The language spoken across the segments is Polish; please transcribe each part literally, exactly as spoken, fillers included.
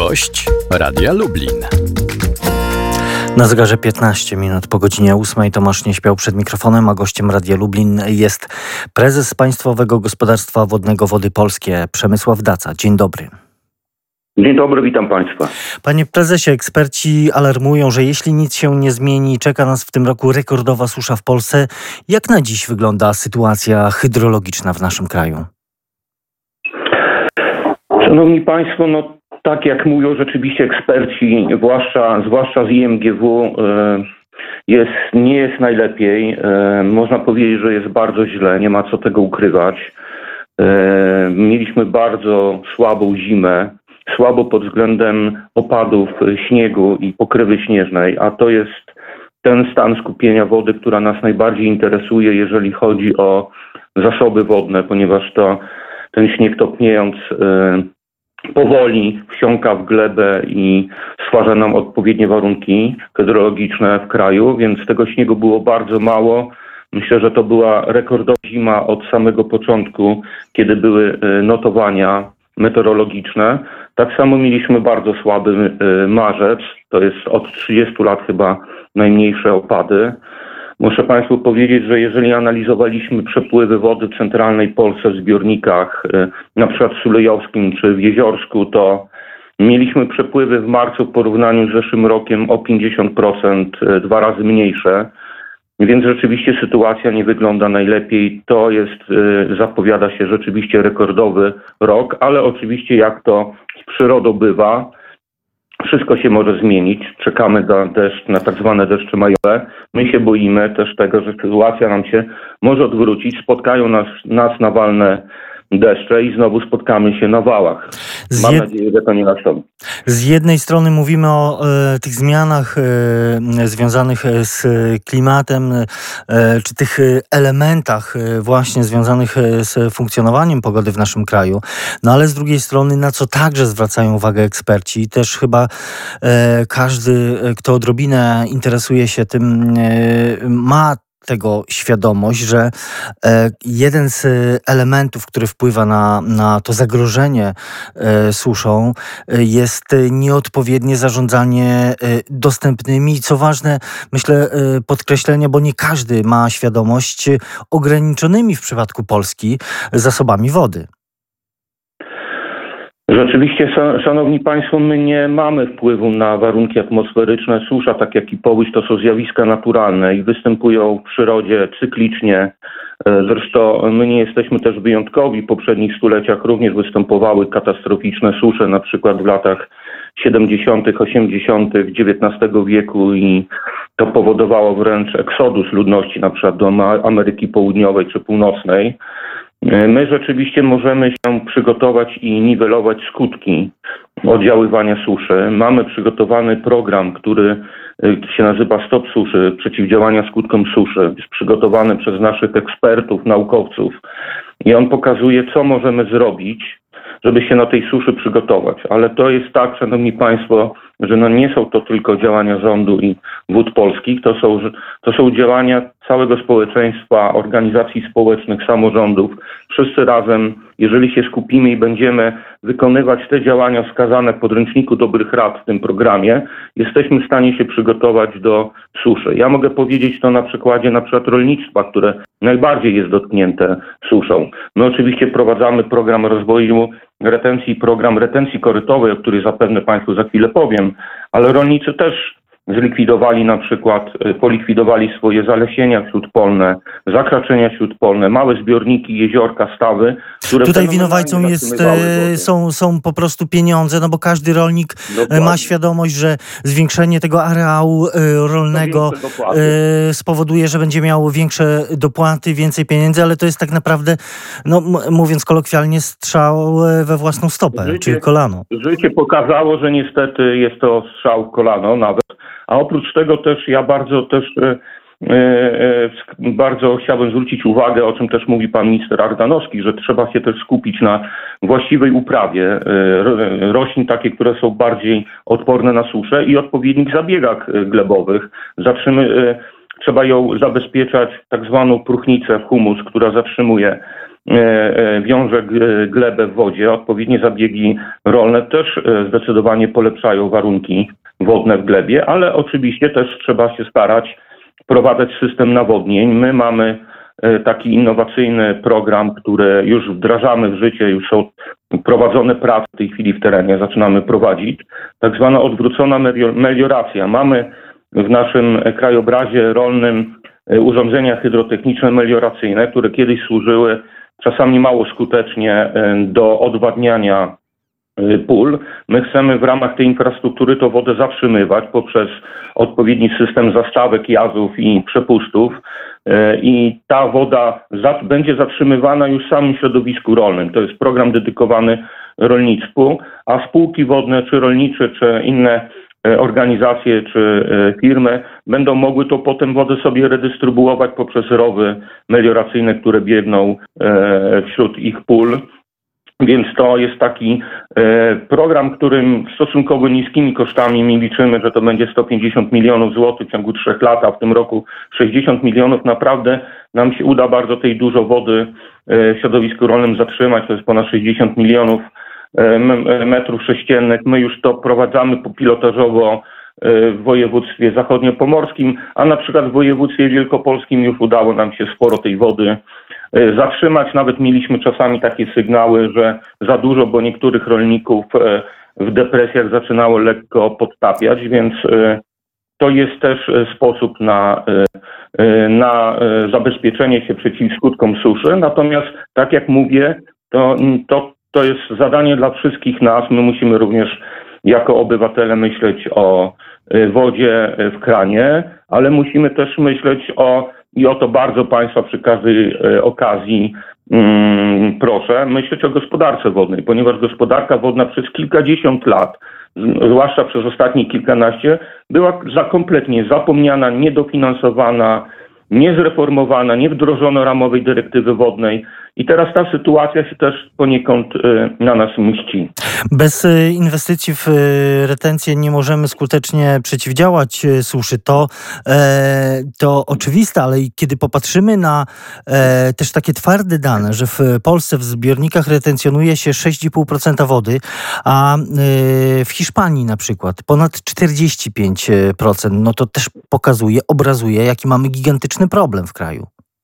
Gość Radia Lublin. Na zegarze piętnaście minut po godzinie ósmej. Tomasz nie śpiał przed mikrofonem, a gościem Radia Lublin jest prezes Państwowego Gospodarstwa Wodnego Wody Polskie Przemysław Daca. Dzień dobry. Dzień dobry, witam Państwa. Panie prezesie, eksperci alarmują, że jeśli nic się nie zmieni, czeka nas w tym roku rekordowa susza w Polsce. Jak na dziś wygląda sytuacja hydrologiczna w naszym kraju? Szanowni Państwo, no tak jak mówią rzeczywiście eksperci, zwłaszcza, zwłaszcza z I M G W, jest, nie jest najlepiej. Można powiedzieć, że jest bardzo źle, nie ma co tego ukrywać. Mieliśmy bardzo słabą zimę, słabo pod względem opadów śniegu i pokrywy śnieżnej, a to jest ten stan skupienia wody, która nas najbardziej interesuje, jeżeli chodzi o zasoby wodne, ponieważ to ten śnieg topniejąc powoli wsiąka w glebę i stwarza nam odpowiednie warunki hydrologiczne w kraju, więc tego śniegu było bardzo mało. Myślę, że to była rekordowa zima od samego początku, kiedy były notowania meteorologiczne. Tak samo mieliśmy bardzo słaby marzec, to jest od trzydziestu lat chyba najmniejsze opady. Muszę Państwu powiedzieć, że jeżeli analizowaliśmy przepływy wody w centralnej Polsce w zbiornikach, na przykład w Sulejowskim czy w Jeziorsku, to mieliśmy przepływy w marcu w porównaniu z zeszłym rokiem o pięćdziesiąt procent, dwa razy mniejsze. Więc rzeczywiście sytuacja nie wygląda najlepiej. To jest, zapowiada się rzeczywiście rekordowy rok, ale oczywiście jak to z przyrodą bywa, wszystko się może zmienić. Czekamy na deszcz, na tak zwane deszcze majowe. My się boimy też tego, że sytuacja nam się może odwrócić. Spotkają nas, nas nawalne deszcze i znowu spotkamy się na wałach. Mam Jed... nadzieję, że to nie nastąpi. Z jednej strony mówimy o e, tych zmianach e, związanych z klimatem, e, czy tych elementach e, właśnie związanych z funkcjonowaniem pogody w naszym kraju, no ale z drugiej strony, na co także zwracają uwagę eksperci, też chyba e, każdy, kto odrobinę interesuje się tym, e, ma tego świadomość, że e, jeden z elementów, który wpływa na, na to zagrożenie e, suszą, e, jest nieodpowiednie zarządzanie e, dostępnymi, co ważne, myślę, e, podkreślenie, bo nie każdy ma świadomość, ograniczonymi w przypadku Polski zasobami wody. Rzeczywiście, szanowni Państwo, my nie mamy wpływu na warunki atmosferyczne. Susza, tak jak i powódź, to są zjawiska naturalne i występują w przyrodzie cyklicznie. Zresztą my nie jesteśmy też wyjątkowi. W poprzednich stuleciach również występowały katastroficzne susze, na przykład w latach siedemdziesiątych, osiemdziesiątych dziewiętnastego wieku i to powodowało wręcz eksodus ludności, na przykład do Ameryki Południowej czy Północnej. My rzeczywiście możemy się przygotować i niwelować skutki oddziaływania suszy. Mamy przygotowany program, który się nazywa Stop Suszy, przeciwdziałania skutkom suszy. Jest przygotowany przez naszych ekspertów, naukowców i on pokazuje, co możemy zrobić, żeby się na tej suszy przygotować. Ale to jest tak, szanowni Państwo, że no nie są to tylko działania rządu i Wód Polskich, to są, to są działania całego społeczeństwa, organizacji społecznych, samorządów. Wszyscy razem, jeżeli się skupimy i będziemy wykonywać te działania wskazane w podręczniku dobrych rad w tym programie, jesteśmy w stanie się przygotować do suszy. Ja mogę powiedzieć to na przykładzie na przykład rolnictwa, które najbardziej jest dotknięte suszą. My oczywiście prowadzamy program rozwoju retencji, program retencji korytowej, o której zapewne Państwu za chwilę powiem, ale rolnicy też zlikwidowali na przykład, polikwidowali swoje zalesienia śródpolne, zakraczenia śródpolne, małe zbiorniki, jeziorka, stawy, które... Tutaj winowajcą jest, są, są po prostu pieniądze, no bo każdy rolnik Dokładnie. ma świadomość, że zwiększenie tego areału rolnego spowoduje, że będzie miało większe dopłaty, więcej pieniędzy, ale to jest tak naprawdę, no mówiąc kolokwialnie, strzał we własną stopę, życie, czyli kolano. Życie pokazało, że niestety jest to strzał w kolano nawet. A oprócz tego też ja bardzo też e, e, bardzo chciałbym zwrócić uwagę, o czym też mówi pan minister Ardanowski, że trzeba się też skupić na właściwej uprawie e, roślin, takie, które są bardziej odporne na suszę i odpowiednich zabiegach glebowych. Zatrzymy, e, trzeba ją zabezpieczać tak zwaną próchnicę, humus, która zatrzymuje wiąże glebę w wodzie. Odpowiednie zabiegi rolne też zdecydowanie polepszają warunki wodne w glebie, ale oczywiście też trzeba się starać wprowadzać system nawodnień. My mamy taki innowacyjny program, który już wdrażamy w życie, już są prowadzone prace w tej chwili w terenie, zaczynamy prowadzić, tak zwana odwrócona melioracja. Mamy w naszym krajobrazie rolnym urządzenia hydrotechniczne melioracyjne, które kiedyś służyły czasami mało skutecznie do odwadniania pól. My chcemy w ramach tej infrastruktury tą wodę zatrzymywać poprzez odpowiedni system zastawek, jazów i przepustów i ta woda za, będzie zatrzymywana już w samym środowisku rolnym. To jest program dedykowany rolnictwu, a spółki wodne, czy rolnicze, czy inne organizacje, czy firmy będą mogły to potem wodę sobie redystrybuować poprzez rowy melioracyjne, które biegną wśród ich pól. Więc to jest taki e, program, którym stosunkowo niskimi kosztami my liczymy, że to będzie sto pięćdziesiąt milionów złotych w ciągu trzech lat, a w tym roku sześćdziesiąt milionów. Naprawdę nam się uda bardzo tej dużo wody e, w środowisku rolnym zatrzymać. To jest ponad sześćdziesiąt milionów e, metrów sześciennych. My już to prowadzamy pilotażowo w województwie zachodniopomorskim, a na przykład w województwie wielkopolskim już udało nam się sporo tej wody zatrzymać. Nawet mieliśmy czasami takie sygnały, że za dużo, bo niektórych rolników w depresjach zaczynało lekko podtapiać, więc to jest też sposób na, na zabezpieczenie się przeciw skutkom suszy. Natomiast tak jak mówię, to, to, to jest zadanie dla wszystkich nas. My musimy również jako obywatele myśleć o wodzie w kranie, ale musimy też myśleć o, i o to bardzo Państwa przy każdej okazji mm, proszę, myśleć o gospodarce wodnej, ponieważ gospodarka wodna przez kilkadziesiąt lat, zwłaszcza przez ostatnie kilkanaście, była za kompletnie zapomniana, niedofinansowana, niezreformowana, nie wdrożono ramowej dyrektywy wodnej. I teraz ta sytuacja się też poniekąd na nas mści. Bez inwestycji w retencję nie możemy skutecznie przeciwdziałać suszy. To, e, to oczywiste, ale kiedy popatrzymy na e, też takie twarde dane, że w Polsce w zbiornikach retencjonuje się sześć i pół procent wody, a e, w Hiszpanii na przykład ponad czterdzieści pięć procent, no to też pokazuje, obrazuje, jaki mamy gigantyczny problem w kraju.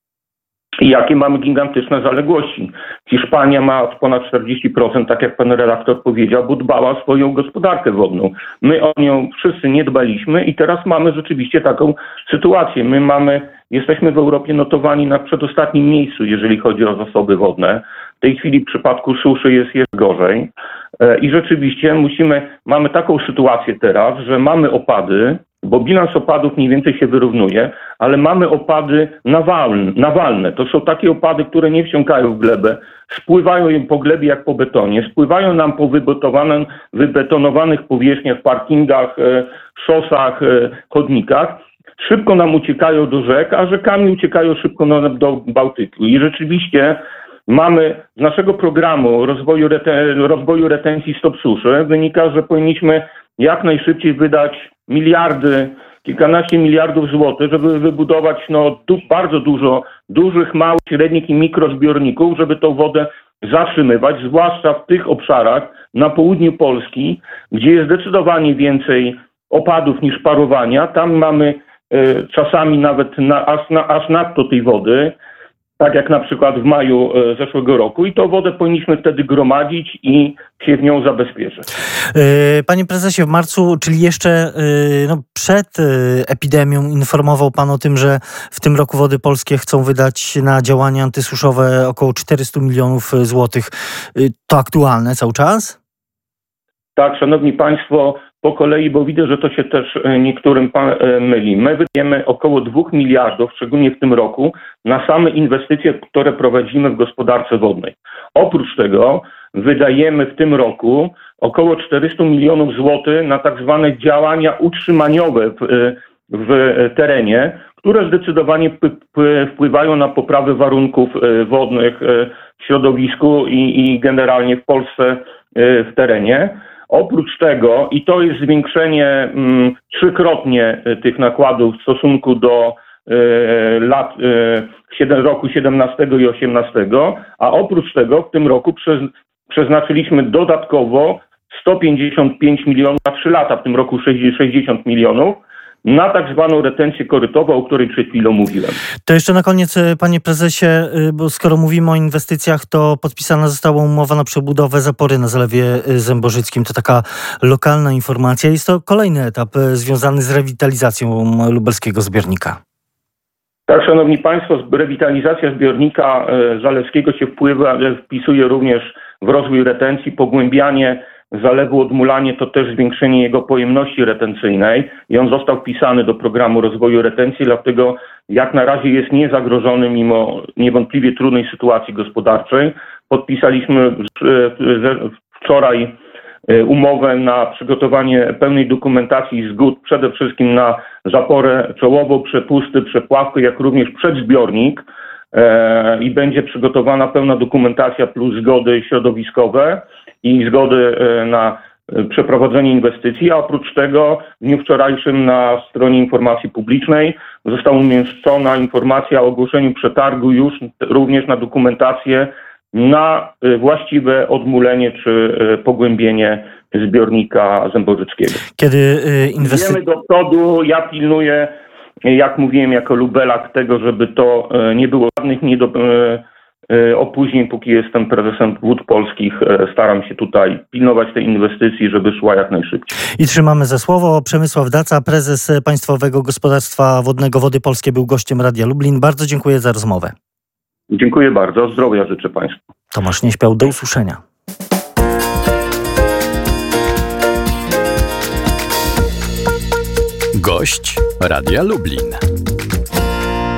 I jakie mamy gigantyczne zaległości. Hiszpania ma ponad czterdzieści procent, tak jak pan redaktor powiedział, bo dbała o swoją gospodarkę wodną. My o nią wszyscy nie dbaliśmy i teraz mamy rzeczywiście taką sytuację. My mamy, jesteśmy w Europie notowani na przedostatnim miejscu, jeżeli chodzi o zasoby wodne. W tej chwili w przypadku suszy jest jeszcze gorzej. I rzeczywiście musimy, mamy taką sytuację teraz, że mamy opady, bo bilans opadów mniej więcej się wyrównuje, ale mamy opady nawalne. nawalne. To są takie opady, które nie wsiąkają w glebę, spływają po glebie jak po betonie, spływają nam po wybetowanym, wybetonowanych powierzchniach, parkingach, szosach, chodnikach. Szybko nam uciekają do rzek, a rzekami uciekają szybko do Bałtyku. I rzeczywiście mamy z naszego programu rozwoju, reten- rozwoju retencji Stop Suszy wynika, że powinniśmy jak najszybciej wydać miliardy, kilkanaście miliardów złotych, żeby wybudować no, du- bardzo dużo dużych, małych, średnich i mikrozbiorników, żeby tą wodę zatrzymywać, zwłaszcza w tych obszarach na południu Polski, gdzie jest zdecydowanie więcej opadów niż parowania. Tam mamy y, czasami nawet na, aż, na, aż nadto tej wody, tak jak na przykład w maju e, zeszłego roku i tą wodę powinniśmy wtedy gromadzić i się w nią zabezpieczyć. Panie prezesie, w marcu, czyli jeszcze no, przed epidemią informował pan o tym, że w tym roku Wody Polskie chcą wydać na działania antysuszowe około czterysta milionów złotych. To aktualne cały czas? Tak, szanowni państwo, po kolei, bo widzę, że to się też niektórym myli. My wydajemy około dwóch miliardów, szczególnie w tym roku, na same inwestycje, które prowadzimy w gospodarce wodnej. Oprócz tego wydajemy w tym roku około czterysta milionów złotych na tak zwane działania utrzymaniowe w, w terenie, które zdecydowanie p- p- wpływają na poprawę warunków wodnych w środowisku i, i generalnie w Polsce w terenie. Oprócz tego, i to jest zwiększenie mm, trzykrotnie tych nakładów w stosunku do lat roku siedemnastego i osiemnastego, a oprócz tego w tym roku przez, przeznaczyliśmy dodatkowo sto pięćdziesiąt pięć milionów na trzy lata, w tym roku sześćdziesiąt milionów, na tak zwaną retencję korytową, o której przed chwilą mówiłem. To jeszcze na koniec, panie prezesie, bo skoro mówimy o inwestycjach, to podpisana została umowa na przebudowę zapory na Zalewie Zemborzyckim. To taka lokalna informacja. Jest to kolejny etap związany z rewitalizacją lubelskiego zbiornika. Tak, szanowni państwo, rewitalizacja zbiornika zalewskiego się wpływa, wpisuje również w rozwój retencji, pogłębianie zalewu, odmulanie to też zwiększenie jego pojemności retencyjnej i on został wpisany do programu rozwoju retencji, dlatego jak na razie jest niezagrożony mimo niewątpliwie trudnej sytuacji gospodarczej. Podpisaliśmy wczoraj umowę na przygotowanie pełnej dokumentacji i zgód przede wszystkim na zaporę czołową, przepusty, przepławkę, jak również przedzbiornik i będzie przygotowana pełna dokumentacja plus zgody środowiskowe i zgody na przeprowadzenie inwestycji, a oprócz tego w dniu wczorajszym na stronie informacji publicznej została umieszczona informacja o ogłoszeniu przetargu już również na dokumentację na właściwe odmulenie czy pogłębienie zbiornika zemborzyckiego. Kiedy inwesty... Idziemy do przodu, ja pilnuję, jak mówiłem, jako lubelak tego, żeby to nie było żadnych niedo... opóźnień, póki jestem prezesem Wód Polskich. Staram się tutaj pilnować tej inwestycji, żeby szła jak najszybciej. I trzymamy za słowo. Przemysław Daca, prezes Państwowego Gospodarstwa Wodnego Wody Polskie, był gościem Radia Lublin. Bardzo dziękuję za rozmowę. Dziękuję bardzo. Zdrowia życzę państwu. Tomasz Nieśpiał, do usłyszenia. Gość Radia Lublin.